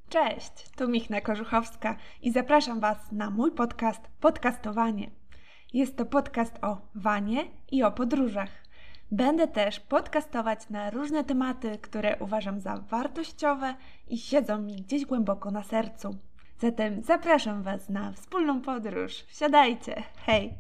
Cześć, tu Michna Korzuchowska i zapraszam Was na mój podcast Podcastowanie. Jest to podcast o wanie i o podróżach. Będę też podcastować na różne tematy, które uważam za wartościowe i siedzą mi gdzieś głęboko na sercu. Zatem zapraszam Was na wspólną podróż. Wsiadajcie, hej!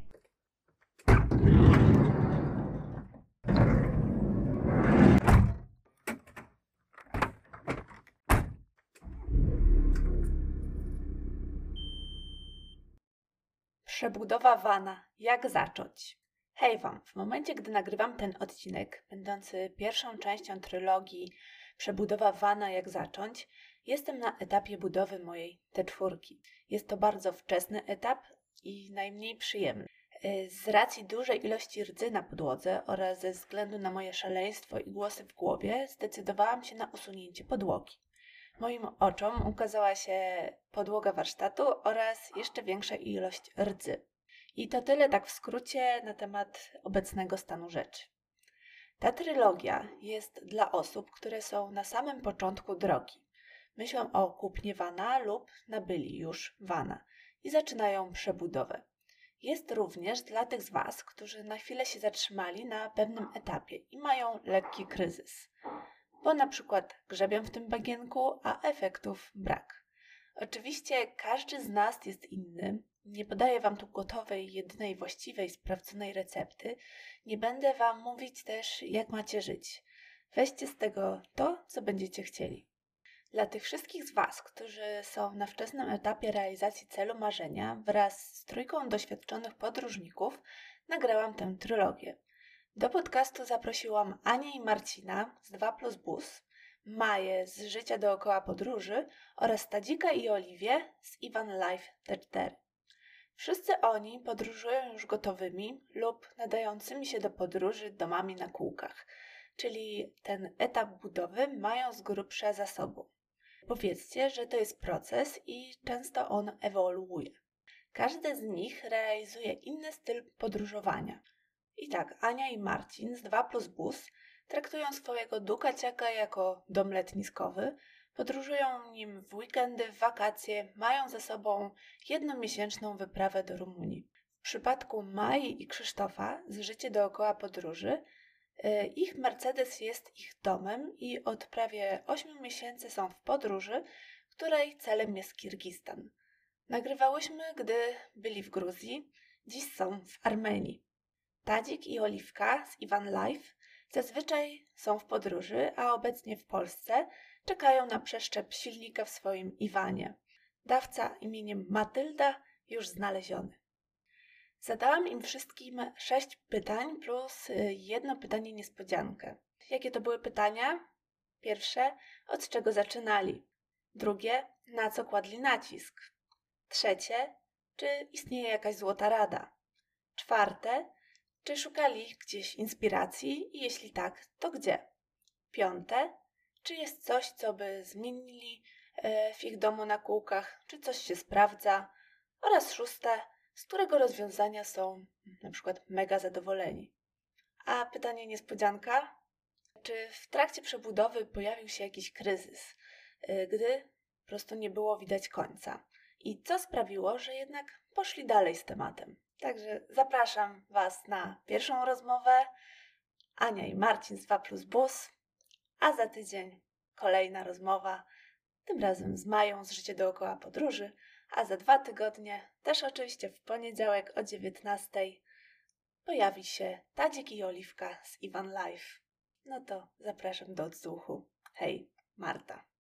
Przebudowa vana. Jak zacząć? Hej Wam! W momencie, gdy nagrywam ten odcinek, będący pierwszą częścią trylogii Przebudowa vana. Jak zacząć, jestem na etapie budowy mojej T4. Jest to bardzo wczesny etap i najmniej przyjemny. Z racji dużej ilości rdzy na podłodze oraz ze względu na moje szaleństwo i głosy w głowie zdecydowałam się na usunięcie podłogi. Moim oczom ukazała się podłoga warsztatu oraz jeszcze większa ilość rdzy. I to tyle tak w skrócie na temat obecnego stanu rzeczy. Ta trylogia jest dla osób, które są na samym początku drogi. Myślą o kupnie vana lub nabyli już vana i zaczynają przebudowę. Jest również dla tych z Was, którzy na chwilę się zatrzymali na pewnym etapie i mają lekki kryzys, bo na przykład grzebią w tym bagienku, a efektów brak. Oczywiście każdy z nas jest inny. Nie podaję Wam tu gotowej, jedynej właściwej, sprawdzonej recepty. Nie będę Wam mówić też, jak macie żyć. Weźcie z tego to, co będziecie chcieli. Dla tych wszystkich z Was, którzy są na wczesnym etapie realizacji celu marzenia, wraz z trójką doświadczonych podróżników nagrałam tę trylogię. Do podcastu zaprosiłam Anię i Marcina z 2+ Bus, Maję z Życia dookoła podróży oraz Tadzika i Oliwię z Ivan Life T4. Wszyscy oni podróżują już gotowymi lub nadającymi się do podróży domami na kółkach, czyli ten etap budowy mają z grubsza za sobą. Powiedzcie, że to jest proces i często on ewoluuje. Każdy z nich realizuje inny styl podróżowania. I tak, Ania i Marcin z 2+ Bus traktują swojego Ducaciaka jako dom letniskowy, podróżują nim w weekendy, w wakacje, mają ze sobą jednomiesięczną wyprawę do Rumunii. W przypadku Mai i Krzysztofa z Życie dookoła podróży ich Mercedes jest ich domem i od prawie 8 miesięcy są w podróży, której celem jest Kirgistan. Nagrywałyśmy, gdy byli w Gruzji, dziś są w Armenii. Tadzik i Oliwka z Ivan Life zazwyczaj są w podróży, a obecnie w Polsce czekają na przeszczep silnika w swoim Iwanie. Dawca imieniem Matylda już znaleziony. Zadałam im wszystkim 6 pytań plus jedno pytanie niespodziankę. Jakie to były pytania? Pierwsze, od czego zaczynali? Drugie, na co kładli nacisk? Trzecie, czy istnieje jakaś złota rada? Czwarte, czy szukali gdzieś inspiracji i jeśli tak, to gdzie? Piąte, czy jest coś, co by zmienili w ich domu na kółkach, czy coś się sprawdza? Oraz szóste, z którego rozwiązania są na przykład mega zadowoleni. A pytanie niespodzianka, czy w trakcie przebudowy pojawił się jakiś kryzys, gdy po prostu nie było widać końca? I co sprawiło, że jednak poszli dalej z tematem? Także zapraszam Was na pierwszą rozmowę. Ania i Marcin z 2+ Bus, a za tydzień kolejna rozmowa, tym razem z Mają z Życie dookoła podróży, a za 2 tygodnie, też oczywiście w poniedziałek o 19:00, pojawi się Tadzik i Oliwka z Ivan Life. No to zapraszam do odsłuchu. Hej, Marta.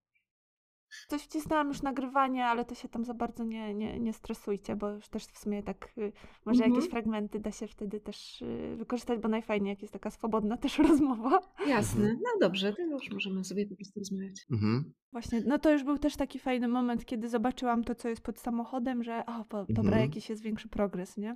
Coś wcisnęłam już nagrywanie, ale to się tam za bardzo nie stresujcie, bo już też w sumie tak może jakieś fragmenty da się wtedy też wykorzystać, bo najfajniej jak jest taka swobodna też rozmowa. Jasne, no dobrze, to już możemy sobie po prostu rozmawiać. Właśnie, no to już był też taki fajny moment, kiedy zobaczyłam to, co jest pod samochodem, że dobra, jakiś jest większy progres, nie?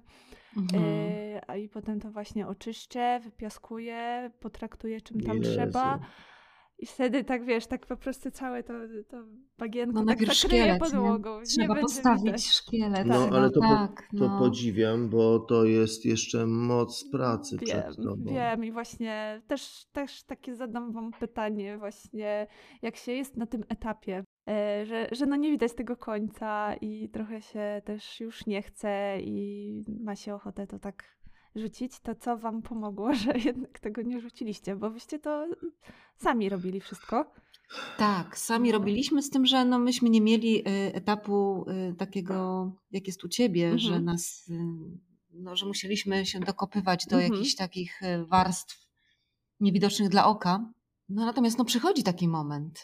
A i potem to właśnie oczyszczę, wypiaskuję, potraktuję czym tam trzeba. I wtedy tak, wiesz, tak po prostu całe to bagienko tak najpierw zakryje szkielet, podłogą. nie? Trzeba postawić szkielet. No, ale to no. podziwiam, bo to jest jeszcze moc pracy przed tobą. Wiem i właśnie też takie zadam Wam pytanie właśnie, jak się jest na tym etapie. że no nie widać tego końca i trochę się też już nie chce i ma się ochotę to tak rzucić, to co wam pomogło, że jednak tego nie rzuciliście? Bo wyście to sami robili wszystko. Tak, sami No. robiliśmy, z tym, że myśmy nie mieli etapu takiego, jak jest u ciebie, że nas, że musieliśmy się dokopywać do jakichś takich warstw niewidocznych dla oka. No natomiast przychodzi taki moment,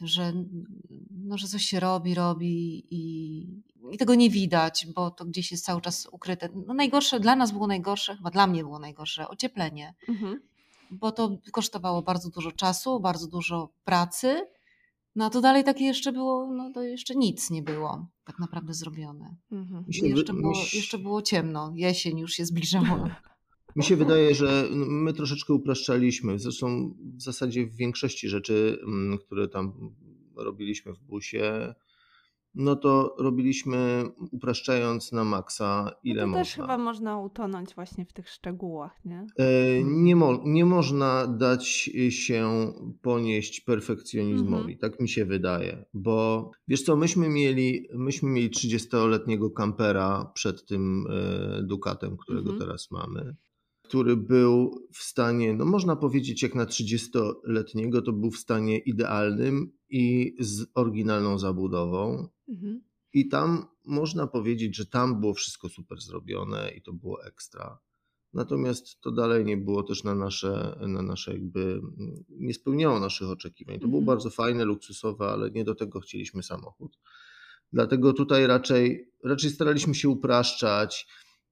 że coś się robi i tego nie widać, bo to gdzieś jest cały czas ukryte. No najgorsze dla nas było najgorsze, chyba dla mnie było najgorsze, ocieplenie. Bo to kosztowało bardzo dużo czasu, bardzo dużo pracy. No a to dalej takie jeszcze było, to jeszcze nic nie było tak naprawdę zrobione. Jeszcze było ciemno, jesień już się zbliżała. Mi się wydaje, że my troszeczkę upraszczaliśmy. Zresztą w zasadzie w większości rzeczy, które tam robiliśmy w busie, no to robiliśmy upraszczając na maksa, ile to można. też chyba można utonąć właśnie w tych szczegółach, nie? Nie można dać się ponieść perfekcjonizmowi, tak mi się wydaje, bo wiesz co, myśmy mieli 30-letniego kampera przed tym Ducatem, którego teraz mamy, który był w stanie, no można powiedzieć jak na 30-letniego, to był w stanie idealnym i z oryginalną zabudową. I tam można powiedzieć, że tam było wszystko super zrobione i to było ekstra. Natomiast to dalej nie było też na nasze jakby, nie spełniało naszych oczekiwań. To było bardzo fajne, luksusowe, ale nie do tego chcieliśmy samochód. Dlatego tutaj raczej staraliśmy się upraszczać.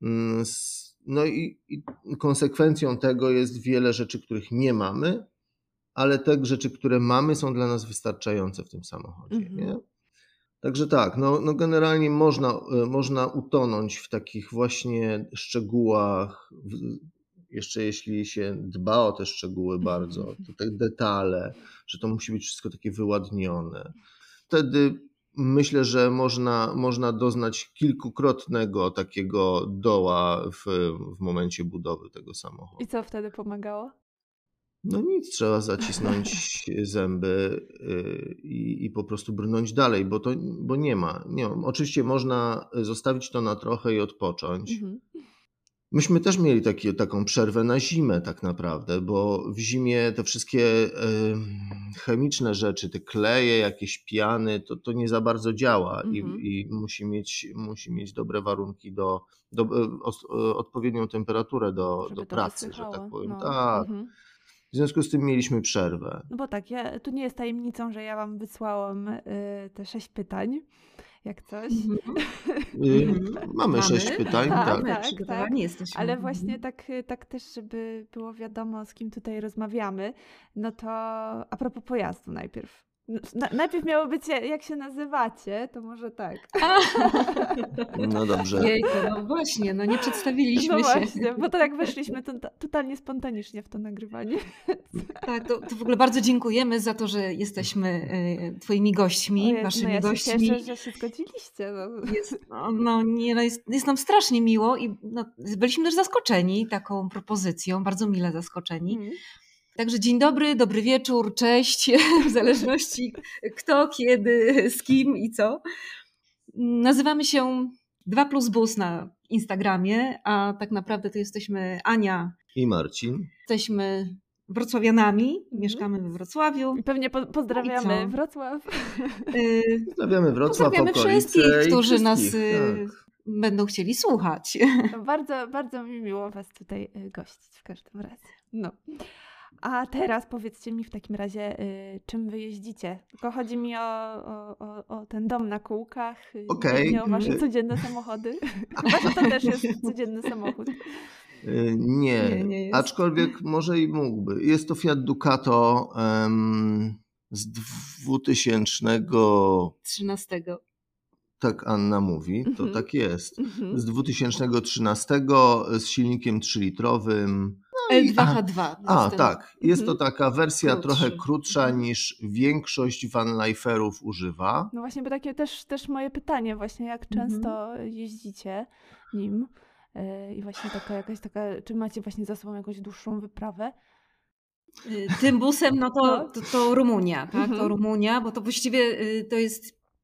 No i konsekwencją tego jest wiele rzeczy, których nie mamy, ale te rzeczy, które mamy, są dla nas wystarczające w tym samochodzie. Nie? Także tak, no generalnie można utonąć w takich właśnie szczegółach, jeszcze jeśli się dba o te szczegóły bardzo, to te detale, że to musi być wszystko takie wyładnione. Wtedy myślę, że można doznać kilkukrotnego takiego doła w momencie budowy tego samochodu. I co wtedy pomagało? No nic, trzeba zacisnąć zęby i po prostu brnąć dalej, bo nie ma. Oczywiście można zostawić to na trochę i odpocząć. Myśmy też mieli taką przerwę na zimę tak naprawdę, bo w zimie te wszystkie chemiczne rzeczy, te kleje, jakieś piany, to nie za bardzo działa i musi mieć dobre warunki odpowiednią temperaturę do pracy, że tak powiem. Tak. W związku z tym mieliśmy przerwę. No bo tak, tu nie jest tajemnicą, że ja wam wysłałam te 6 pytań, jak coś. Mamy 6 pytań, tak. Przygotowani jesteśmy. Ale właśnie tak też, żeby było wiadomo, z kim tutaj rozmawiamy, no to a propos pojazdu najpierw. Najpierw miało być, jak się nazywacie, to może tak. No dobrze. Jejku, no właśnie, nie przedstawiliśmy się. Właśnie, bo to jak weszliśmy, to totalnie spontanicznie w to nagrywanie. Tak, to w ogóle bardzo dziękujemy za to, że jesteśmy twoimi gośćmi, waszymi gośćmi. Ja się cieszę, że się zgodziliście. Jest nam strasznie miło i byliśmy też zaskoczeni taką propozycją, bardzo mile zaskoczeni. Także dzień dobry, dobry wieczór, cześć, w zależności kto, kiedy, z kim i co. Nazywamy się 2+Bus na Instagramie, a tak naprawdę to jesteśmy Ania i Marcin. Jesteśmy wrocławianami, mieszkamy we Wrocławiu. I pewnie pozdrawiamy Wrocław. Pozdrawiamy Wrocław, pozdrawiamy wszystkich, którzy nas tak będą chcieli słuchać. No bardzo, bardzo mi miło was tutaj gościć w każdym razie. No. A teraz powiedzcie mi w takim razie, czym wy jeździcie? Tylko chodzi mi o ten dom na kółkach, nie o wasze codzienne samochody. Chyba, że to też jest codzienny samochód. Nie jest. Aczkolwiek może i mógłby. Jest to Fiat Ducato z 2013. Tak Anna mówi, to tak jest. Z 2013 z silnikiem 3-litrowym. L2H2. Tak. Jest to taka wersja trochę krótsza niż większość vanliferów używa. No właśnie, bo takie też moje pytanie właśnie, jak często jeździcie nim i właśnie czy macie właśnie za sobą jakąś dłuższą wyprawę? Tym busem, to Rumunia, tak? To Rumunia, bo to właściwie to jest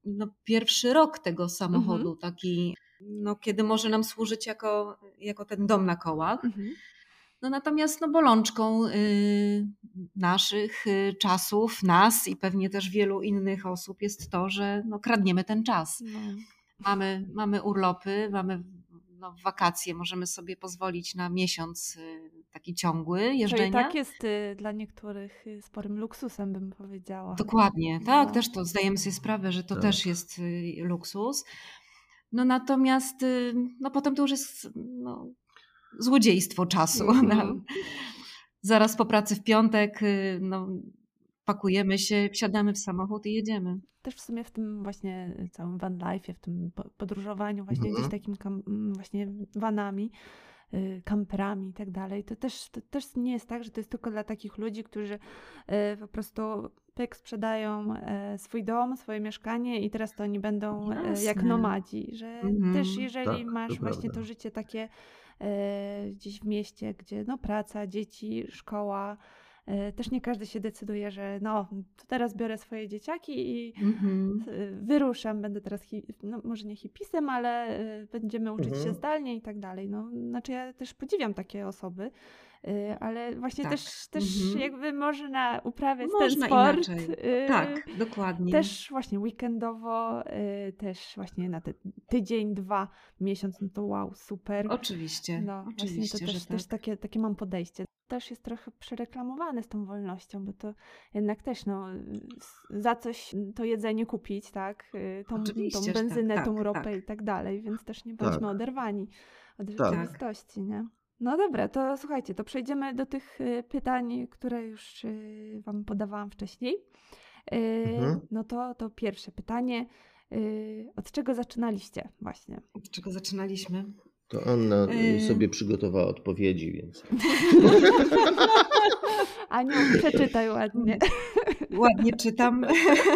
pierwszy rok tego samochodu, taki, kiedy może nam służyć jako ten dom na kołach. Natomiast bolączką naszych czasów, nas i pewnie też wielu innych osób jest to, że kradniemy ten czas. Mamy urlopy, mamy wakacje, możemy sobie pozwolić na miesiąc taki ciągły jeżdżenia. Czyli tak jest dla niektórych sporym luksusem, bym powiedziała. Dokładnie, tak, też to zdajemy sobie sprawę, że to też jest luksus. Natomiast potem to już jest złodziejstwo czasu. Zaraz po pracy w piątek pakujemy się, wsiadamy w samochód i jedziemy. Też w sumie w tym właśnie całym van life'ie, w tym podróżowaniu właśnie gdzieś takim właśnie vanami, kamperami i tak dalej, to też nie jest tak, że to jest tylko dla takich ludzi, którzy po prostu sprzedają swój dom, swoje mieszkanie i teraz to oni będą jak nomadzi, że też jeżeli masz właśnie to życie takie gdzieś w mieście, gdzie praca, dzieci, szkoła, też nie każdy się decyduje, że to teraz biorę swoje dzieciaki i wyruszam, będę teraz, może nie hipisem, ale będziemy uczyć się zdalnie i tak dalej. Znaczy ja też podziwiam takie osoby, ale właśnie też jakby można uprawiać ten sport. Tak, dokładnie. Też właśnie weekendowo, też właśnie na tydzień, 2, miesiąc, to wow, super. Oczywiście, oczywiście, to też takie mam podejście. Też jest trochę przereklamowane z tą wolnością, bo to jednak też za coś to jedzenie kupić, tak? Tą benzynę, tą ropę i tak dalej, więc też nie bądźmy oderwani od rzeczywistości, nie? No dobra, to słuchajcie, to przejdziemy do tych pytań, które już wam podawałam wcześniej. To pierwsze pytanie. Od czego zaczynaliście właśnie? Od czego zaczynaliśmy? To Anna sobie przygotowała odpowiedzi, więc... Aniu, przeczytaj ładnie. Ładnie czytam.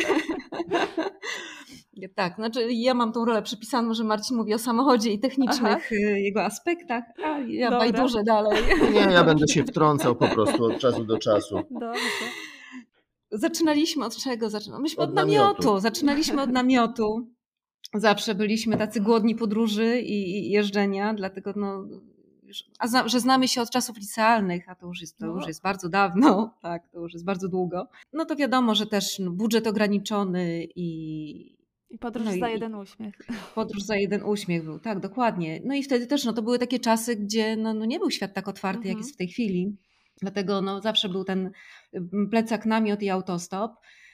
Tak, znaczy ja mam tą rolę przypisaną, że Marcin mówi o samochodzie i technicznych jego aspektach, a ja bajdurze dalej. Nie, ja będę się wtrącał po prostu od czasu do czasu. Dobrze. Zaczynaliśmy od czego? Myśmy od namiotu. Zaczynaliśmy od namiotu. Zawsze byliśmy tacy głodni podróży i jeżdżenia, dlatego że znamy się od czasów licealnych, a to już jest bardzo dawno, tak, to już jest bardzo długo. To wiadomo, że też budżet ograniczony i podróż za jeden uśmiech. Podróż za jeden uśmiech był, tak, dokładnie. I wtedy też to były takie czasy, gdzie nie był świat tak otwarty, jak jest w tej chwili. Dlatego zawsze był ten plecak, namiot i autostop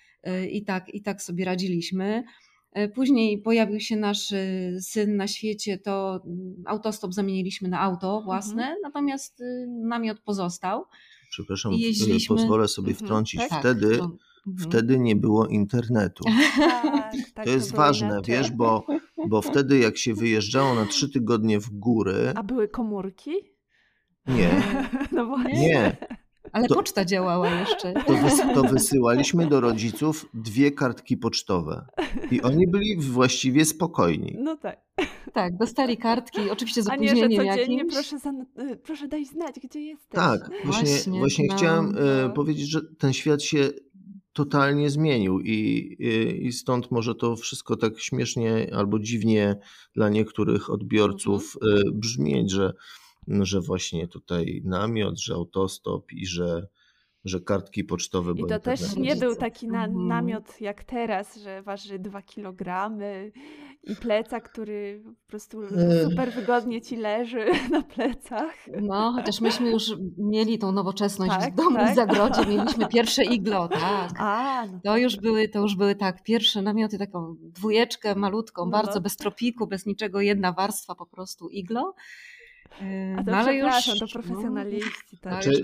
i tak sobie radziliśmy. Później pojawił się nasz syn na świecie, to autostop zamieniliśmy na auto własne, natomiast namiot pozostał. Przepraszam, pozwolę sobie wtrącić. Wtedy nie było internetu. Tak, to jest ważne, inaczej. Wiesz, bo wtedy jak się wyjeżdżało na 3 tygodnie w góry... A były komórki? Nie. No właśnie. Nie. Ale poczta działała jeszcze. To wysyłaliśmy do rodziców 2 kartki pocztowe. I oni byli właściwie spokojni. No tak. Tak, dostali kartki, oczywiście z opóźnieniem jakimś. A nie, że codziennie proszę daj znać, gdzie jesteś. Tak, właśnie chciałem powiedzieć, że ten świat się totalnie zmienił i stąd może to wszystko tak śmiesznie albo dziwnie dla niektórych odbiorców brzmieć, że właśnie tutaj namiot, że autostop i że kartki pocztowe. I to też nie był taki namiot jak teraz, że waży 2 kilogramy i plecak, który po prostu super wygodnie ci leży na plecach. Chociaż myśmy już mieli tą nowoczesność w domu w zagrodzie, mieliśmy pierwsze iglo, tak. To już były tak, pierwsze namioty, taką 2 malutką, bardzo bez tropiku, bez niczego, 1 warstwa po prostu iglo. A to przepraszam, to profesjonaliści.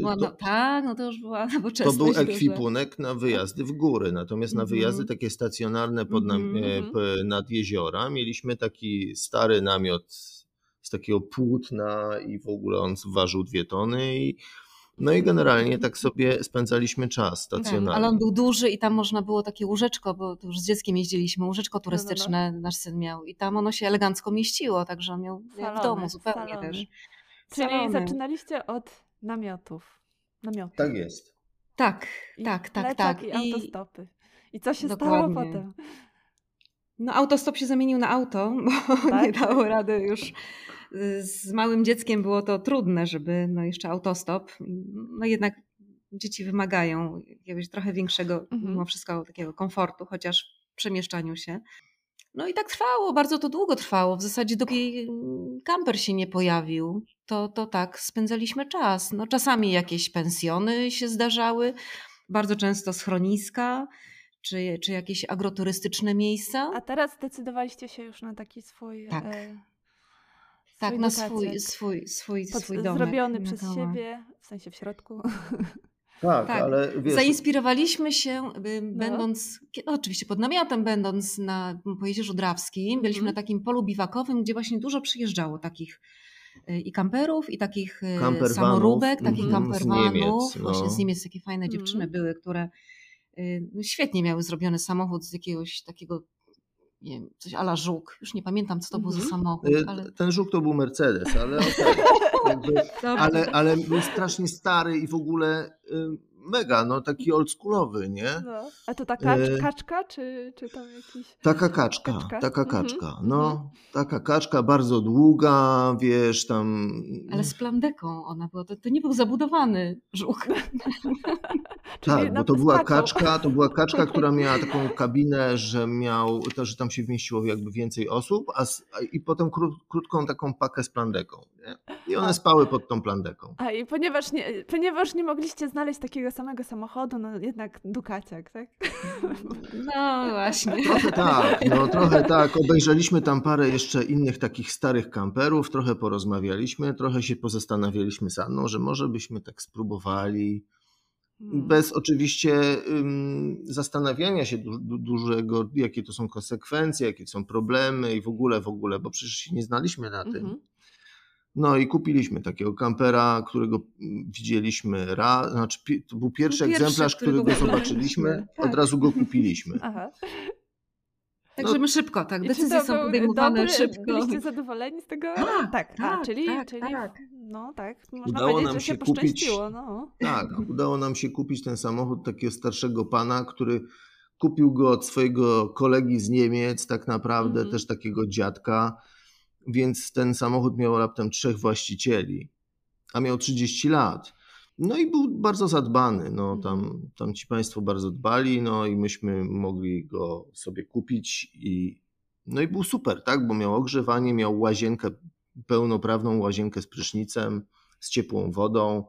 To już była nowoczesność. To był ekwipunek na wyjazdy w góry, natomiast na wyjazdy takie stacjonarne nad jeziora mieliśmy taki stary namiot z takiego płótna i w ogóle on ważył 2 tony i generalnie tak sobie spędzaliśmy czas stacjonarny. Ale on był duży i tam można było takie łóżeczko, bo to już z dzieckiem jeździliśmy, łóżeczko turystyczne nasz syn miał i tam ono się elegancko mieściło, także on miał w domu zupełnie też. Czyli zaczynaliście od namiotów. Tak jest. Tak. I autostopy. I co się stało potem? No autostop się zamienił na auto, bo Tak? nie dało rady już. Z małym dzieckiem było to trudne, żeby jeszcze autostop. No jednak dzieci wymagają jakiegoś trochę większego, mimo wszystko, takiego komfortu, chociaż w przemieszczaniu się. No i tak trwało, bardzo to długo trwało. W zasadzie dopóki kamper się nie pojawił, to tak spędzaliśmy czas. No czasami jakieś pensjony się zdarzały, bardzo często schroniska, czy jakieś agroturystyczne miejsca. A teraz zdecydowaliście się już na taki swój... Tak. swój na dotacek. swój domek. Zrobiony przez siebie, w sensie w środku. Tak, ale wiesz... Zainspirowaliśmy się, będąc, oczywiście pod namiotem, będąc po Jeziorzu Drawskim, byliśmy na takim polu biwakowym, gdzie właśnie dużo przyjeżdżało takich i kamperów, i takich samoróbek, takich campervanów. Właśnie z Niemiec takie fajne dziewczyny były, które świetnie miały zrobiony samochód z jakiegoś takiego, nie wiem, coś a la Żuk. Już nie pamiętam, co to był za samochód. Ale... Ten Żuk to był Mercedes, ale ale był strasznie stary i w ogóle mega, no taki oldschoolowy, nie? No. A to ta kaczka, czy tam jakiś... Taka kaczka. No, taka kaczka, bardzo długa, wiesz, tam... Ale z plandeką ona była, to nie był zabudowany Żuk. Tak, bo to była kaczka, która miała taką kabinę, że tam się wmieściło jakby więcej osób, i potem krótką taką pakę z plandeką, nie? I one spały pod tą plandeką. A i ponieważ nie mogliście znaleźć takiego samego samochodu, no jednak Dukaciak, tak? No właśnie. Trochę tak. Obejrzeliśmy tam parę jeszcze innych takich starych kamperów, trochę porozmawialiśmy, trochę się pozastanawialiśmy z Anną, że może byśmy tak spróbowali. Bez oczywiście zastanawiania się dużego, jakie to są konsekwencje, jakie są problemy i w ogóle, bo przecież się nie znaliśmy na tym. No i kupiliśmy takiego kampera, którego widzieliśmy raz, znaczy to był pierwszy egzemplarz, którego zobaczyliśmy, od razu go kupiliśmy. Aha. Tak, żeby szybko, tak, decyzje są podejmowane szybko. Byliście zadowoleni z tego? Tak. Czyli no tak, można udało powiedzieć, nam że się się poszczęściło. Tak, udało nam się kupić ten samochód takiego starszego pana, który kupił go od swojego kolegi z Niemiec, tak naprawdę też takiego dziadka, więc ten samochód miał raptem 3 właścicieli, a miał 30 lat. No i był bardzo zadbany, tam ci państwo bardzo dbali, no i myśmy mogli go sobie kupić i był super, tak, bo miał ogrzewanie, miał łazienkę, pełnoprawną łazienkę z prysznicem, z ciepłą wodą,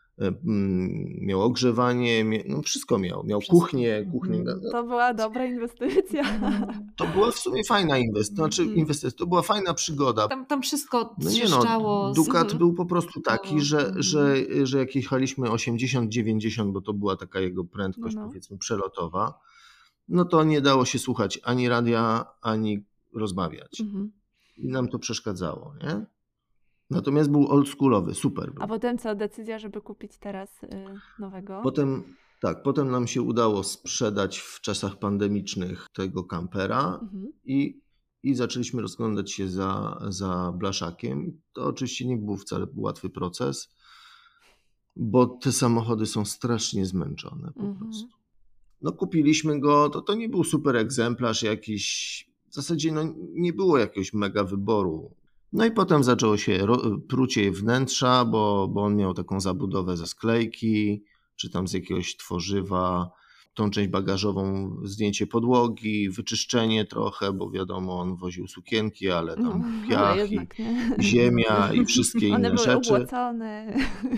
miał ogrzewanie, wszystko miał. Miał kuchnię. To była dobra inwestycja. To była w sumie fajna inwestycja, to była fajna przygoda. Tam wszystko zjeżdżało. Ducat był po prostu taki, że jak jechaliśmy 80-90, bo to była taka jego prędkość powiedzmy przelotowa, no to nie dało się słuchać ani radia, ani rozmawiać. I nam to przeszkadzało, nie? Natomiast był oldschoolowy, super był. A potem co, decyzja, żeby kupić teraz nowego? Potem nam się udało sprzedać w czasach pandemicznych tego kampera i zaczęliśmy rozglądać się za blaszakiem. To oczywiście nie był wcale łatwy proces, bo te samochody są strasznie zmęczone po prostu. No kupiliśmy go, to nie był super egzemplarz jakiś, w zasadzie nie było jakiegoś mega wyboru. No i potem zaczęło się prucie wnętrza, bo on miał taką zabudowę ze sklejki, czy tam z jakiegoś tworzywa, tą część bagażową, zdjęcie podłogi, wyczyszczenie trochę, bo wiadomo, on woził sukienki, ale tam piach i ziemia i wszystkie inne rzeczy. One były obłocone.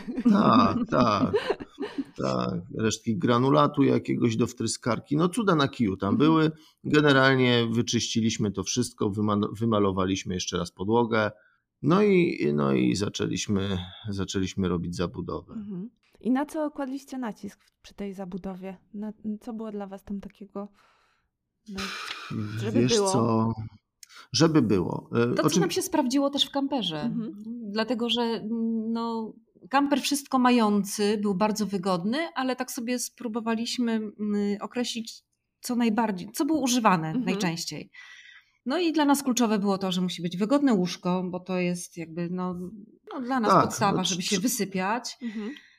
Tak. Resztki granulatu jakiegoś do wtryskarki. No cuda na kiju tam były. Generalnie wyczyściliśmy to wszystko, wymalowaliśmy jeszcze raz podłogę. No i zaczęliśmy robić zabudowę. I na co kładliście nacisk przy tej zabudowie? Co było dla was tam takiego, żeby Wiesz było? Co? Żeby było. Co nam się sprawdziło też w kamperze. Dlatego, że kamper wszystko mający był bardzo wygodny, ale tak sobie spróbowaliśmy określić co było używane najczęściej. No i dla nas kluczowe było to, że musi być wygodne łóżko, bo to jest jakby dla nas podstawa, żeby się wysypiać.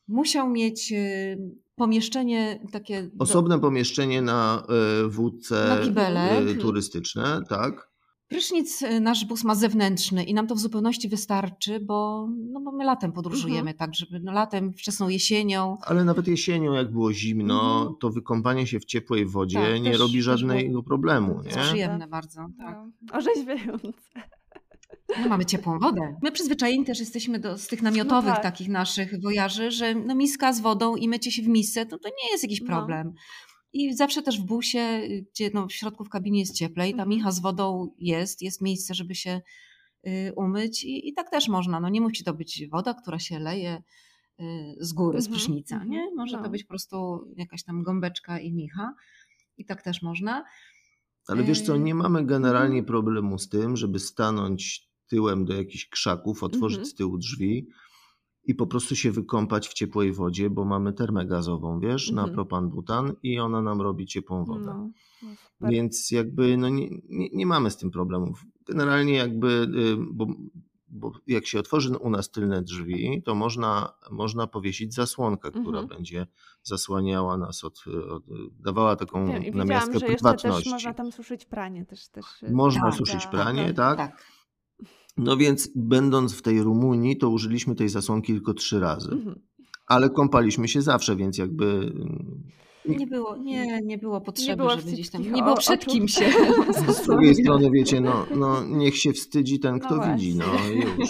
Musiał mieć pomieszczenie takie... Osobne pomieszczenie na wódce Na kibelek. turystyczne, tak? Prysznic nasz bus ma zewnętrzny i nam to w zupełności wystarczy, bo my latem podróżujemy, tak, żeby latem, wczesną jesienią. Ale nawet jesienią, jak było zimno, to wykąpanie się w ciepłej wodzie nie robi żadnego problemu. To jest Nie? przyjemne bardzo. Tak. Orzeźwiające. No, mamy ciepłą wodę. My przyzwyczajeni też jesteśmy z tych namiotowych takich naszych wojaży, że miska z wodą i mycie się w misce, to nie jest jakiś problem. I zawsze też w busie, gdzie w środku w kabinie jest cieplej, ta micha z wodą jest miejsce, żeby się umyć i tak też można. Nie musi to być woda, która się leje z góry, z prysznica. Nie? Może to być po prostu jakaś tam gąbeczka i micha i tak też można. Ale wiesz co, nie mamy generalnie problemu z tym, żeby stanąć tyłem do jakichś krzaków, otworzyć z tyłu drzwi i po prostu się wykąpać w ciepłej wodzie, bo mamy termę gazową, wiesz, na propan-butan i ona nam robi ciepłą wodę. Więc jakby nie mamy z tym problemów. Generalnie jakby, bo jak się otworzy u nas tylne drzwi, to można powiesić zasłonkę, która będzie zasłaniała nas dawała taką namiastkę prywatności. Też można tam suszyć pranie. Można suszyć pranie, tak. No więc będąc w tej Rumunii, to użyliśmy tej zasłonki tylko 3 razy. Ale kąpaliśmy się zawsze, więc jakby... Nie było potrzeby, żeby gdzieś tam... Nie było przed kim się... Z drugiej strony, wiecie, niech się wstydzi ten, kto widzi. Już.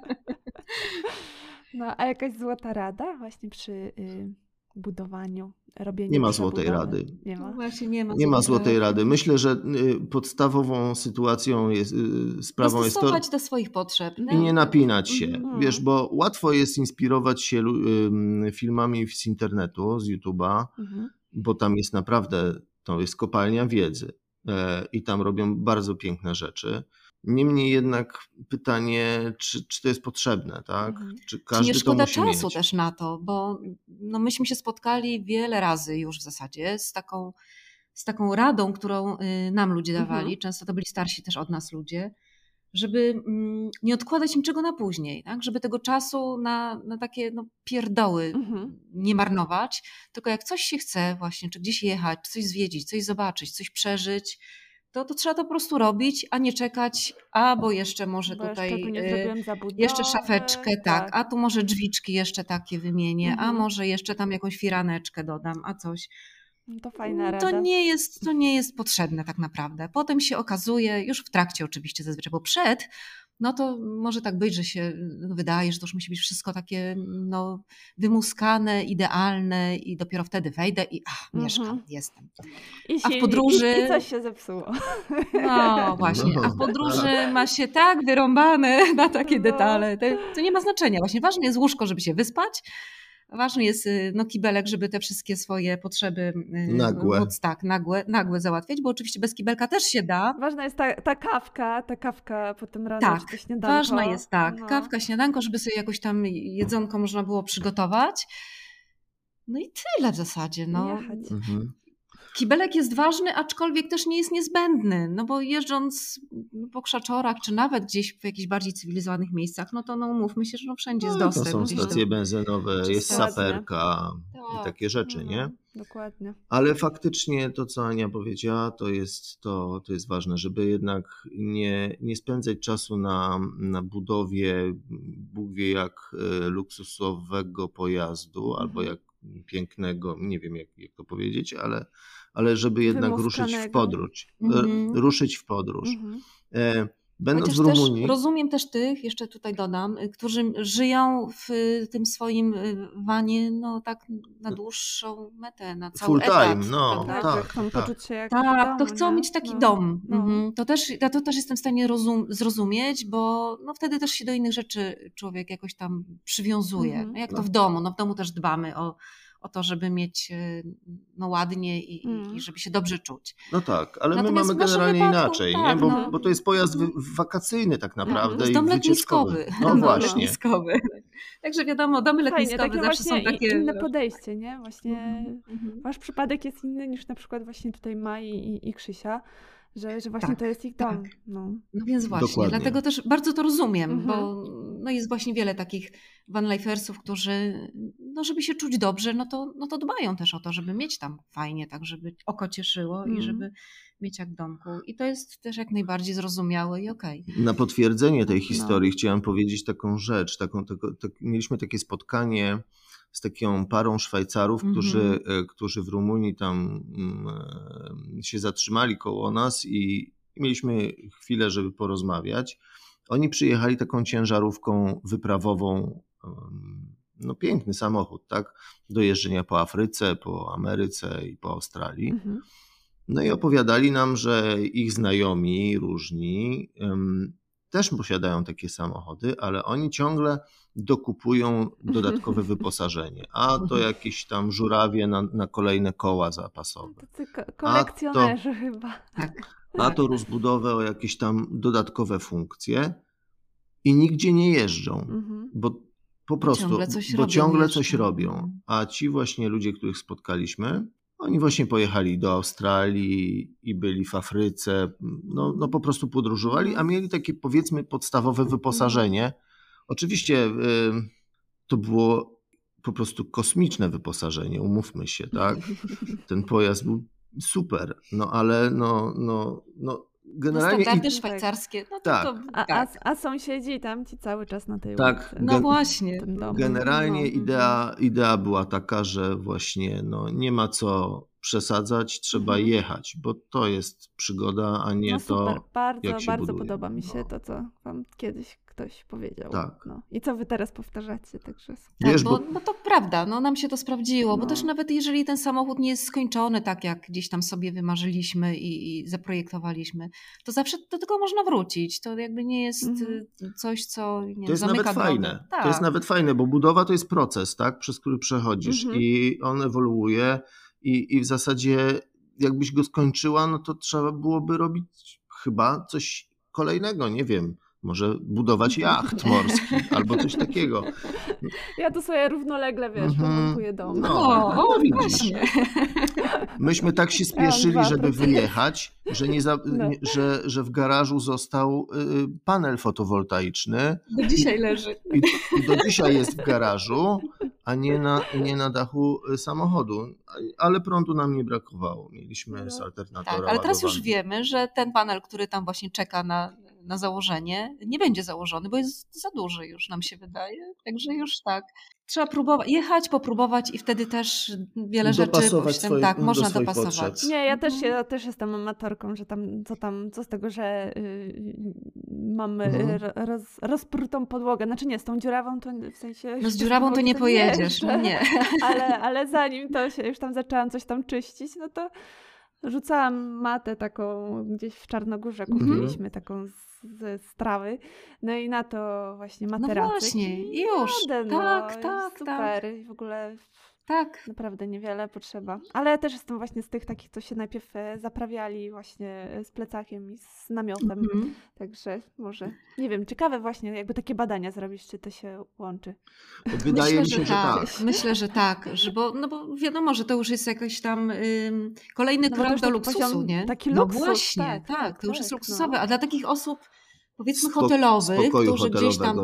A jakaś złota rada właśnie przy budowaniu, robieniu Nie ma złotej rady. Nie ma. Właśnie nie ma złotej rady. Myślę, że podstawową sytuacją sprawą jest to... Dostosować do swoich potrzeb. I nie napinać się. Wiesz, bo łatwo jest inspirować się filmami z internetu, z YouTube'a, bo tam jest naprawdę, to jest kopalnia wiedzy i tam robią bardzo piękne rzeczy. Niemniej jednak pytanie, czy to jest potrzebne, tak? Czy każdy nie szkoda to musi czasu mieć? też na to, bo myśmy się spotkali wiele razy już w zasadzie z taką radą, którą nam ludzie dawali, często to byli starsi też od nas ludzie, żeby nie odkładać niczego na później, tak? Żeby tego czasu na takie pierdoły nie marnować, tylko jak coś się chce właśnie, czy gdzieś jechać, czy coś zwiedzić, coś zobaczyć, coś przeżyć, to trzeba to po prostu robić, a nie czekać, bo jeszcze może tutaj jeszcze szafeczkę, tak, a tu może drzwiczki jeszcze takie wymienię, a może jeszcze tam jakąś firaneczkę dodam, a coś. To fajna rada. To nie jest potrzebne tak naprawdę. Potem się okazuje, już w trakcie oczywiście zazwyczaj, bo przed, to może tak być, że się wydaje, że to już musi być wszystko takie wymuskane, idealne i dopiero wtedy wejdę i mieszkam, jestem. A w podróży... I coś się zepsuło. No właśnie, a w podróży ma się tak wyrąbane na takie detale. To nie ma znaczenia. Właśnie ważne jest łóżko, żeby się wyspać. Ważny jest kibelek, żeby te wszystkie swoje potrzeby nagłe załatwiać, bo oczywiście bez kibelka też się da. Ważna jest ta kawka potem rano, czy to śniadanko. Ważna jest kawka, śniadanko, żeby sobie jakoś tam jedzonko można było przygotować. I tyle w zasadzie. Kibelek jest ważny, aczkolwiek też nie jest niezbędny, bo jeżdżąc po krzaczorach, czy nawet gdzieś w jakichś bardziej cywilizowanych miejscach, to umówmy się, że wszędzie jest dostęp. To są stacje benzynowe, jest saperka i takie rzeczy, nie? Dokładnie. Ale faktycznie to, co Ania powiedziała, to jest ważne, żeby jednak nie spędzać czasu na budowie Bóg wie jak luksusowego pojazdu, albo jak pięknego, nie wiem jak to powiedzieć, ale żeby jednak ruszyć w podróż. Ruszyć w podróż. Będąc w Rumunii... Rozumiem też tych, jeszcze tutaj dodam, którzy żyją w tym swoim vanie, tak na dłuższą metę, na cały full time, etat. Tak, to chcą mieć taki dom. To też jestem w stanie zrozumieć, bo wtedy też się do innych rzeczy człowiek jakoś tam przywiązuje. Jak to w domu. W domu też dbamy o to, żeby mieć ładnie i żeby się dobrze czuć. Tak, ale natomiast my mamy generalnie inaczej, tak, nie? Bo to jest pojazd wakacyjny tak naprawdę i dom wycieczkowy. Właśnie. Letniskowy. Także wiadomo, domy letniskowe zawsze są takie... inne podejście, nie? Właśnie wasz przypadek jest inny niż na przykład właśnie tutaj Mai i Krzysia. że właśnie to jest ich dom. tak. No. No więc właśnie, Dokładnie. dlatego też bardzo to rozumiem, Mhm. bo no jest właśnie wiele takich vanlifersów, którzy, no żeby się czuć dobrze, no to dbają też o to, żeby mieć tam fajnie, tak żeby oko cieszyło i żeby mieć jak w domku. I to jest też jak najbardziej zrozumiałe i okej. Na potwierdzenie tej No. historii chciałem powiedzieć taką rzecz. Mieliśmy takie spotkanie z taką parą Szwajcarów, którzy w Rumunii tam się zatrzymali koło nas i mieliśmy chwilę, żeby porozmawiać. Oni przyjechali taką ciężarówką wyprawową, no piękny samochód, tak? Do jeżdżenia po Afryce, po Ameryce i po Australii. No i opowiadali nam, że ich znajomi różni też posiadają takie samochody, ale oni ciągle dokupują dodatkowe wyposażenie. A to jakieś tam żurawie na kolejne koła zapasowe. Tacy kolekcjonerzy chyba. A to rozbudowę o jakieś tam dodatkowe funkcje i nigdzie nie jeżdżą, bo po prostu ciągle coś robią. A ci właśnie ludzie, których spotkaliśmy, oni właśnie pojechali do Australii i byli w Afryce, no po prostu podróżowali, a mieli takie powiedzmy podstawowe wyposażenie. Oczywiście to było po prostu kosmiczne wyposażenie, umówmy się, tak? Ten pojazd był super, no ale generalnie... Standardy szwajcarskie, no to, tak. A sąsiedzi tam ci cały czas na tej tak, ulicy. No właśnie. W tym domu. Generalnie idea była taka, że właśnie nie ma co przesadzać, trzeba jechać, bo to jest przygoda, a nie super. to, Bardzo, jak się bardzo buduje. podoba mi się to, co wam kiedyś ktoś powiedział. Tak. No. I co wy teraz powtarzacie, także... Wiesz, bo to prawda, nam się to sprawdziło, bo No. też nawet jeżeli ten samochód nie jest skończony tak, jak gdzieś tam sobie wymarzyliśmy i zaprojektowaliśmy, to zawsze do tego można wrócić. To jakby nie jest coś, co nie, to jest zamyka nawet drogę. fajne. Tak. To jest nawet fajne, bo budowa to jest proces, tak, przez który przechodzisz i on ewoluuje i w zasadzie jakbyś go skończyła, no to trzeba byłoby robić chyba coś kolejnego, nie wiem. Może budować jacht morski albo coś takiego. Ja to sobie równolegle, pomontuję dom. No widzisz. Właśnie. Myśmy tak się spieszyli, żeby wyjechać, że w garażu został panel fotowoltaiczny. Do dzisiaj leży. I do dzisiaj jest w garażu, a nie na dachu samochodu. Ale prądu nam nie brakowało. Mieliśmy z alternatora. Tak, ale teraz już ładowany. wiemy, że ten panel, który tam właśnie czeka na założenie, nie będzie założony, bo jest za duży już, nam się wydaje. Także już tak. Trzeba jechać, popróbować i wtedy też wiele rzeczy można dopasować. Potrzeb. Nie, ja też jestem amatorką, że co z tego, że mamy rozprutą podłogę. Znaczy nie, z tą dziurawą to w sensie... No z dziurawą to nie pojedziesz, no nie. Ale zanim to się już tam zaczęłam coś tam czyścić, no to rzucałam matę taką gdzieś w Czarnogórze, kupiliśmy taką ze strawy, no i na to właśnie materacyk. No właśnie, już. Tak, super. I w ogóle tak. Naprawdę niewiele potrzeba. Ale ja też jestem właśnie z tych takich, co się najpierw zaprawiali właśnie z plecakiem i z namiotem. Także może, nie wiem, ciekawe właśnie jakby takie badania zrobić, czy to się łączy. Wydaje mi się, że tak. Myślę, że tak, bo wiadomo, że to już jest jakiś tam kolejny krok do luksusu, nie? Taki luksus. No właśnie, tak, to już jest luksusowe. A dla takich osób, powiedzmy hotelowych, którzy gdzieś tam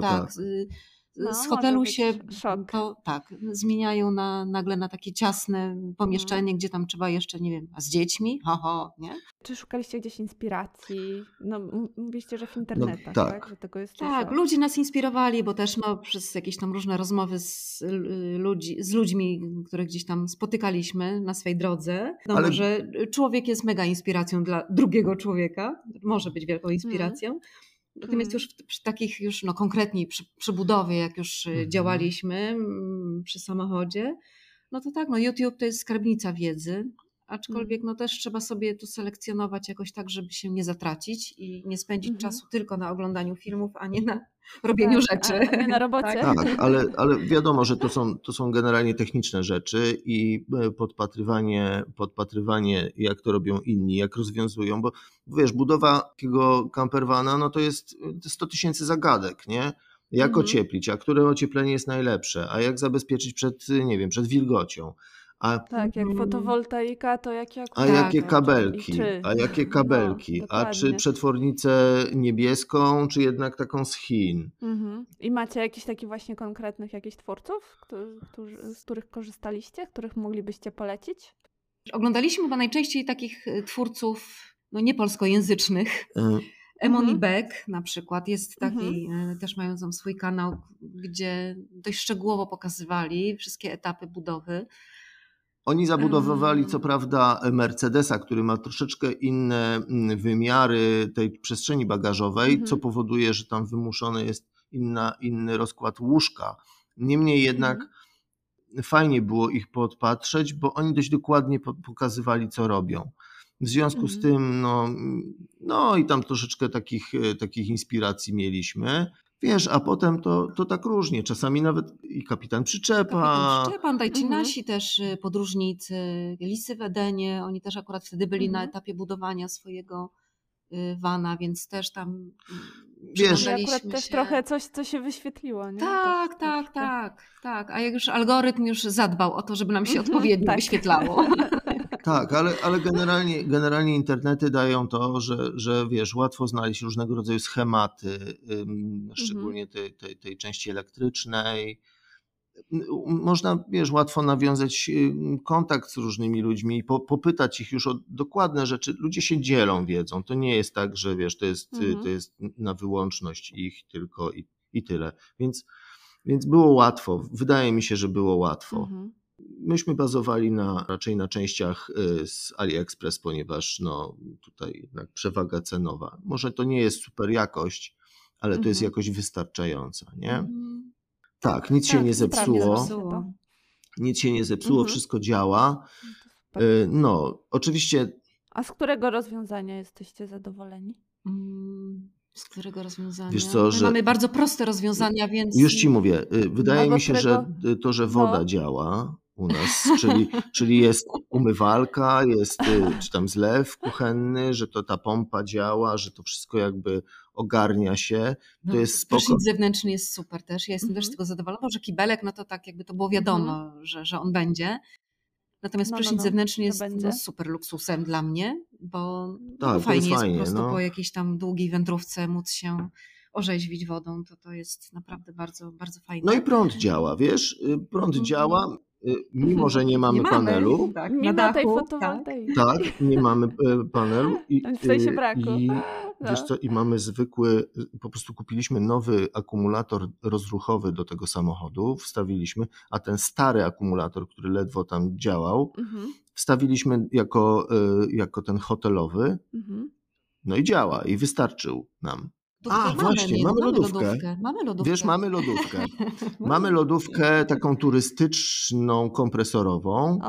z hotelu się zmieniają nagle na takie ciasne pomieszczenie, gdzie tam trzeba jeszcze, nie wiem, a z dziećmi? Nie? Czy szukaliście gdzieś inspiracji? No mówiliście, że w internetach, tak? Że tego jest dużo. Tak, ludzie nas inspirowali, bo też przez jakieś tam różne rozmowy z ludźmi, których gdzieś tam spotykaliśmy na swej drodze. Ale... że człowiek jest mega inspiracją dla drugiego człowieka, może być wielką inspiracją. Natomiast już przy takich już konkretniej przy budowie, jak już działaliśmy przy samochodzie, no to tak, YouTube to jest skarbnica wiedzy, aczkolwiek też trzeba sobie tu selekcjonować jakoś tak, żeby się nie zatracić i nie spędzić czasu tylko na oglądaniu filmów, a nie na robieniu rzeczy. A nie na robocie. Tak, ale wiadomo, że to są generalnie techniczne rzeczy i podpatrywanie jak to robią inni, jak rozwiązują, bo wiesz, budowa takiego campervana, no to jest 100 000 zagadek, nie? Jak ocieplić, a które ocieplenie jest najlepsze, a jak zabezpieczyć przed wilgocią, Tak, jak fotowoltaika, to jakie A akumulatory jakie i kabelki? czy. A jakie kabelki? A czy Dokładnie. przetwornicę niebieską, czy jednak taką z Chin? I macie jakichś takich właśnie konkretnych jakichś twórców, z których korzystaliście, których moglibyście polecić? Oglądaliśmy chyba najczęściej takich twórców niepolskojęzycznych. Emon i Beck na przykład jest taki, też mają tam swój kanał, gdzie dość szczegółowo pokazywali wszystkie etapy budowy. Oni zabudowywali co prawda Mercedesa, który ma troszeczkę inne wymiary tej przestrzeni bagażowej, co powoduje, że tam wymuszony jest inny rozkład łóżka. Niemniej jednak fajnie było ich podpatrzeć, bo oni dość dokładnie pokazywali, co robią. W związku z tym, no i tam troszeczkę takich inspiracji mieliśmy. Wiesz, a potem to tak różnie. Czasami nawet i kapitan przyczepa. Tutaj ci nasi też podróżnicy, Lisy w Edenie, oni też akurat wtedy byli na etapie budowania swojego vana, więc też tam Wiesz, akurat też trochę coś, co się wyświetliło, nie? Tak. A jak już algorytm już zadbał o to, żeby nam się odpowiednio wyświetlało. Tak, ale generalnie internety dają to, że wiesz, łatwo znaleźć różnego rodzaju schematy, szczególnie tej części elektrycznej. Można, wiesz, łatwo nawiązać kontakt z różnymi ludźmi i popytać ich już o dokładne rzeczy. Ludzie się dzielą wiedzą. To nie jest tak, że wiesz, to jest na wyłączność ich tylko i tyle. Więc było łatwo. Wydaje mi się, że było łatwo. Myśmy bazowali raczej na częściach z AliExpress, ponieważ tutaj jednak przewaga cenowa. Może to nie jest super jakość, ale to jest jakość wystarczająca, nie? Tak, nic się nie zepsuło. Nic się nie zepsuło, wszystko działa. Oczywiście. A z którego rozwiązania jesteście zadowoleni? Z którego rozwiązania? Wiesz co, że mamy bardzo proste rozwiązania, więc... Już ci mówię, wydaje mi się, że to, że woda działa u nas, czyli jest umywalka, jest czy tam zlew kuchenny, że ta pompa działa, że to wszystko jakby ogarnia się, to jest spoko. Prysznic zewnętrzny jest super też, ja jestem też z tego zadowolona, że kibelek, no to tak jakby to było wiadomo, że on będzie. Natomiast prysznic zewnętrzny jest super luksusem dla mnie, bo fajnie jest po prostu po jakiejś tam długiej wędrówce móc się orzeźwić wodą, to jest naprawdę bardzo, bardzo fajne. No i prąd działa, wiesz, prąd działa, mimo że nie mamy panelu. Tak, nie ma tej fotowoltaiki. Tak, nie mamy panelu. W sensie braku. Wiesz co, i mamy zwykły, po prostu kupiliśmy nowy akumulator rozruchowy do tego samochodu, wstawiliśmy, a ten stary akumulator, który ledwo tam działał, wstawiliśmy jako ten hotelowy, no i działa i wystarczył nam. Właśnie, mamy lodówkę. Wiesz, mamy lodówkę. Mamy lodówkę taką turystyczną, kompresorową.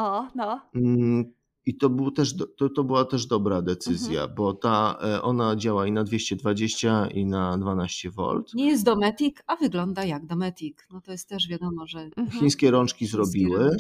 I to była też dobra decyzja, bo ona działa i na 220 i na 12 V. Nie jest Dometic, a wygląda jak Dometic. No to jest też wiadomo, że... Chińskie rączki zrobiły.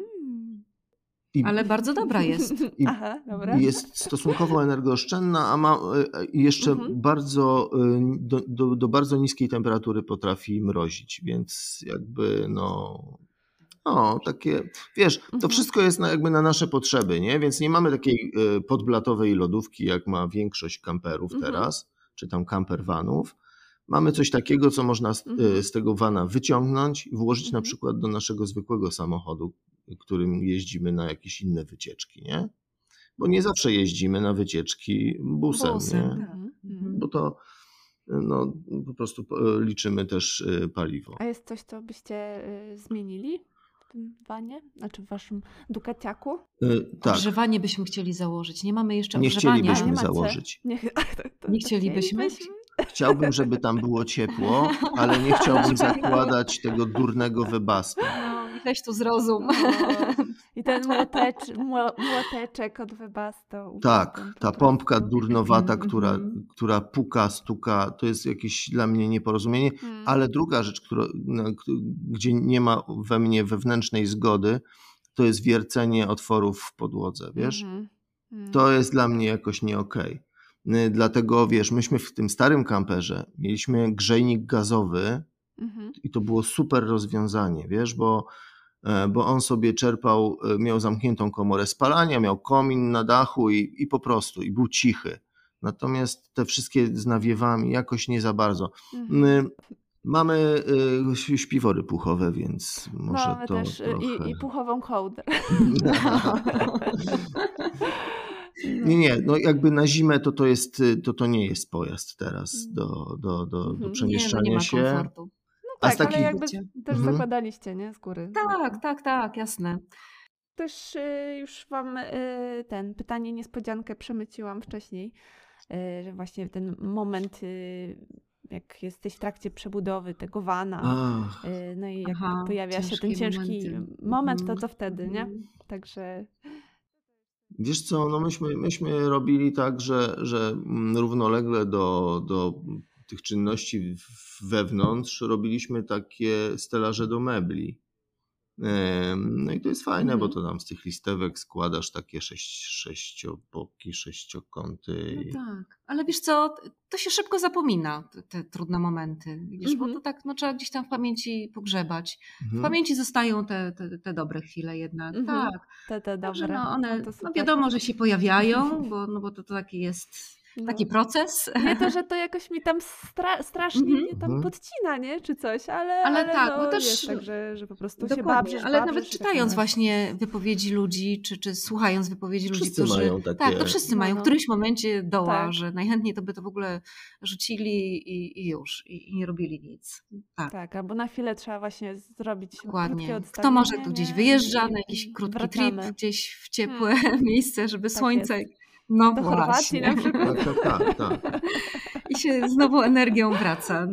Ale bardzo dobra jest. Dobra. Jest stosunkowo energooszczędna, a ma jeszcze bardzo do bardzo niskiej temperatury potrafi mrozić, więc jakby takie, wiesz, to wszystko jest jakby na nasze potrzeby, nie? Więc nie mamy takiej podblatowej lodówki, jak ma większość kamperów teraz, czy tam campervanów. Mamy coś takiego, co można z tego vana wyciągnąć i włożyć na przykład do naszego zwykłego samochodu, którym jeździmy na jakieś inne wycieczki, nie? Bo nie zawsze jeździmy na wycieczki busem, nie? Bo to po prostu liczymy też paliwo. A jest coś, co byście zmienili w tym vanie? Znaczy w waszym Ducatiaku? Tak. Ogrzewanie byśmy chcieli założyć. Nie mamy jeszcze nie ogrzewania. Chcielibyśmy założyć. Nie chcielibyśmy. Chciałbym, żeby tam było ciepło, ale nie chciałbym zakładać tego durnego Webastu. Weź tu zrozum. I ten młoteczek od Webastu. Tak, ta pompka durnowata, która puka, stuka, to jest jakieś dla mnie nieporozumienie. Ale druga rzecz, gdzie nie ma we mnie wewnętrznej zgody, to jest wiercenie otworów w podłodze, wiesz? To jest dla mnie jakoś nie okej. Dlatego, wiesz, myśmy w tym starym kamperze mieliśmy grzejnik gazowy i to było super rozwiązanie, wiesz, bo bo on sobie czerpał, miał zamkniętą komorę spalania, miał komin na dachu i po prostu, i był cichy. Natomiast te wszystkie z nawiewami jakoś nie za bardzo. Mamy śpiwory puchowe, więc może no, my to też trochę... i puchową kołdrę. Nie, no jakby na zimę to nie jest pojazd teraz do przemieszczania nie ma się. komfortu. A Tak, z ale takich... jakby też zakładaliście, nie? Z góry. Tak, jasne. Też już wam pytanie niespodziankę przemyciłam wcześniej, że właśnie ten moment, jak jesteś w trakcie przebudowy tego vana, no i jak pojawia się ten ciężki moment, to co wtedy, nie? Także... Wiesz co, no myśmy robili tak, że równolegle do tych czynności wewnątrz robiliśmy takie stelaże do mebli. No i to jest fajne, bo to tam z tych listewek składasz takie sześcioboki, sześciokąty. No tak, ale wiesz co, to się szybko zapomina, te trudne momenty, widzisz, bo to tak trzeba gdzieś tam w pamięci pogrzebać. W pamięci zostają te dobre chwile jednak, tak. Te Także dobre. one, wiadomo, że się pojawiają, bo to taki jest taki proces. Nie to, że to jakoś mi tam strasznie mnie tam podcina, nie? Czy coś, ale tak, bo też jest tak, że po prostu dokładnie, się babrzysz. ale nawet czytając właśnie wypowiedzi ludzi, czy słuchając wypowiedzi ludzi, którzy... mają takie... Tak, to wszyscy mają w którymś momencie doła, że najchętniej to by to w ogóle rzucili i już, i nie robili nic. Tak, albo na chwilę trzeba właśnie zrobić dokładnie. Kto może tu gdzieś wyjeżdża na jakiś krótki trip, gdzieś w ciepłe miejsce, żeby słońce... No do właśnie. Chorwacji na przykład. Tak. I się znowu energią wraca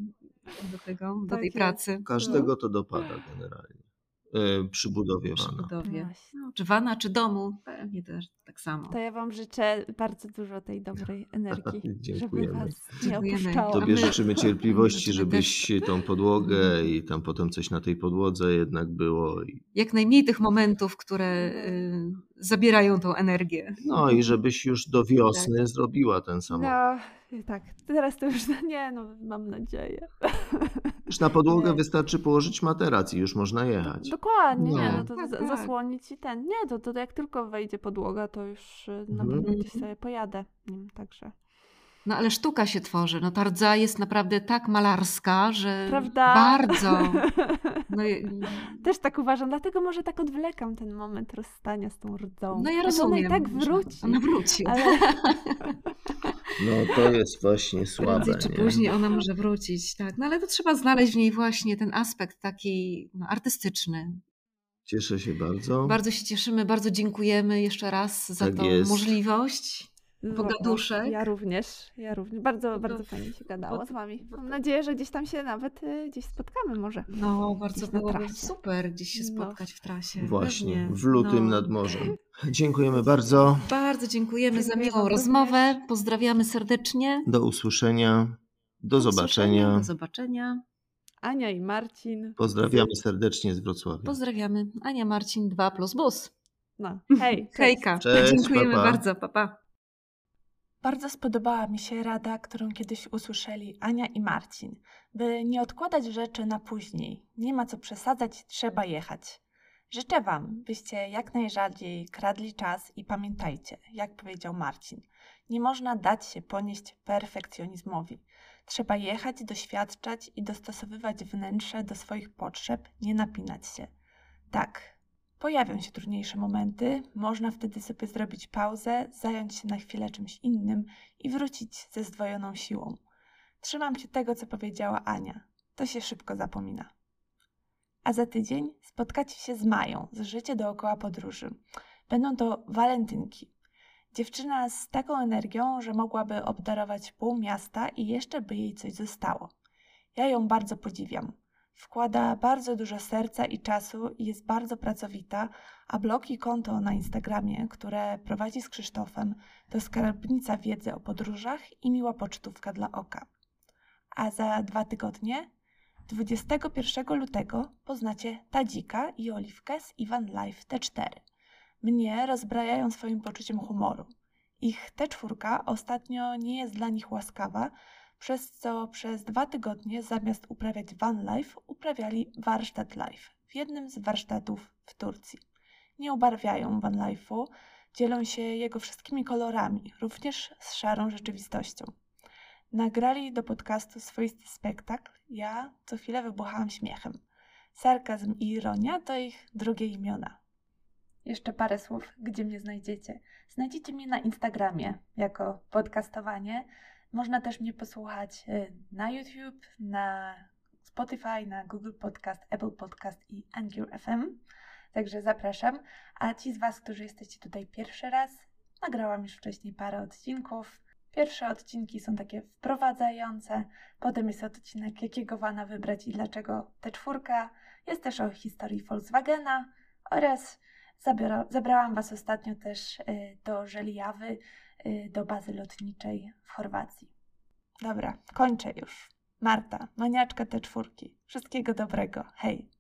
do tej pracy. Każdego to dopada generalnie. Przy budowie vana. Czy vana, czy domu, pewnie też tak samo. To ja wam życzę bardzo dużo tej dobrej energii, żeby was nie Dziękujemy. opuszczało. Tobie życzymy cierpliwości, żebyś tą podłogę i tam potem coś na tej podłodze jednak było. Jak najmniej tych momentów, które zabierają tą energię. No i żebyś już do wiosny zrobiła ten samochód. No tak, teraz to już mam nadzieję. Już na podłogę wystarczy położyć materac i już można jechać. Dokładnie, zasłonić i to jak tylko wejdzie podłoga, to już na pewno gdzieś sobie pojadę nim, także... No ale sztuka się tworzy. No ta rdza jest naprawdę tak malarska, że prawda? Bardzo. No, też tak uważam, dlatego może tak odwlekam ten moment rozstania z tą rdzą. No ja rozumiem. Ona i tak wróci. Ona wróci. Ale... No to jest właśnie słabe. Prędzej czy później ona może wrócić, tak. No ale to trzeba znaleźć w niej właśnie ten aspekt taki artystyczny. Cieszę się bardzo. Bardzo się cieszymy, bardzo dziękujemy jeszcze raz za tą możliwość. Pogaduszek. Ja również. Bardzo fajnie się gadało z wami. Mam nadzieję, że gdzieś tam się nawet spotkamy może. No, bardzo byłoby super gdzieś się spotkać w trasie. Właśnie, pewnie. w lutym nad morzem. Dziękujemy bardzo. Bardzo dziękujemy za miłą rozmowę. Pozdrawiamy serdecznie. Do usłyszenia. Do zobaczenia. Do zobaczenia. Ania i Marcin. Pozdrawiamy serdecznie z Wrocławia. Pozdrawiamy. Ania, Marcin, 2+ bus. No, hej. Hejka. Cześć, dziękujemy pa. bardzo. Pa. Bardzo spodobała mi się rada, którą kiedyś usłyszeli Ania i Marcin, by nie odkładać rzeczy na później. Nie ma co przesadzać, trzeba jechać. Życzę wam, byście jak najrzadziej kradli czas i pamiętajcie, jak powiedział Marcin, nie można dać się ponieść perfekcjonizmowi. Trzeba jechać, doświadczać i dostosowywać wnętrze do swoich potrzeb, nie napinać się. Tak. Pojawią się trudniejsze momenty, można wtedy sobie zrobić pauzę, zająć się na chwilę czymś innym i wrócić ze zdwojoną siłą. Trzymam się tego, co powiedziała Ania. To się szybko zapomina. A za tydzień spotkacie się z Mają z Życie dookoła podróży. Będą to walentynki. Dziewczyna z taką energią, że mogłaby obdarować pół miasta i jeszcze by jej coś zostało. Ja ją bardzo podziwiam. Wkłada bardzo dużo serca i czasu i jest bardzo pracowita, a blog i konto na Instagramie, które prowadzi z Krzysztofem, to skarbnica wiedzy o podróżach i miła pocztówka dla oka. A za 2 tygodnie, 21 lutego, poznacie Tadzika i Oliwkę z Ivan Life T4. Mnie rozbrajają swoim poczuciem humoru. Ich T4 ostatnio nie jest dla nich łaskawa, przez co przez 2 tygodnie zamiast uprawiać van life, uprawiali warsztat life. w jednym z warsztatów w Turcji. Nie ubarwiają van life'u, dzielą się jego wszystkimi kolorami, również z szarą rzeczywistością. Nagrali do podcastu swoisty spektakl. Ja co chwilę wybuchałam śmiechem. Sarkazm i ironia to ich drugie imiona. Jeszcze parę słów, gdzie mnie znajdziecie. Znajdziecie mnie na Instagramie jako podcastowanie. Można też mnie posłuchać na YouTube, na Spotify, na Google Podcast, Apple Podcast i Anchor FM. Także zapraszam. A ci z Was, którzy jesteście tutaj pierwszy raz, nagrałam już wcześniej parę odcinków. Pierwsze odcinki są takie wprowadzające, potem jest odcinek, jakiego vana wybrać i dlaczego T4. Jest też o historii Volkswagena oraz zabrałam Was ostatnio też do Żelijawy, do bazy lotniczej w Chorwacji. Dobra, kończę już. Marta, maniaczka T4. Wszystkiego dobrego. Hej!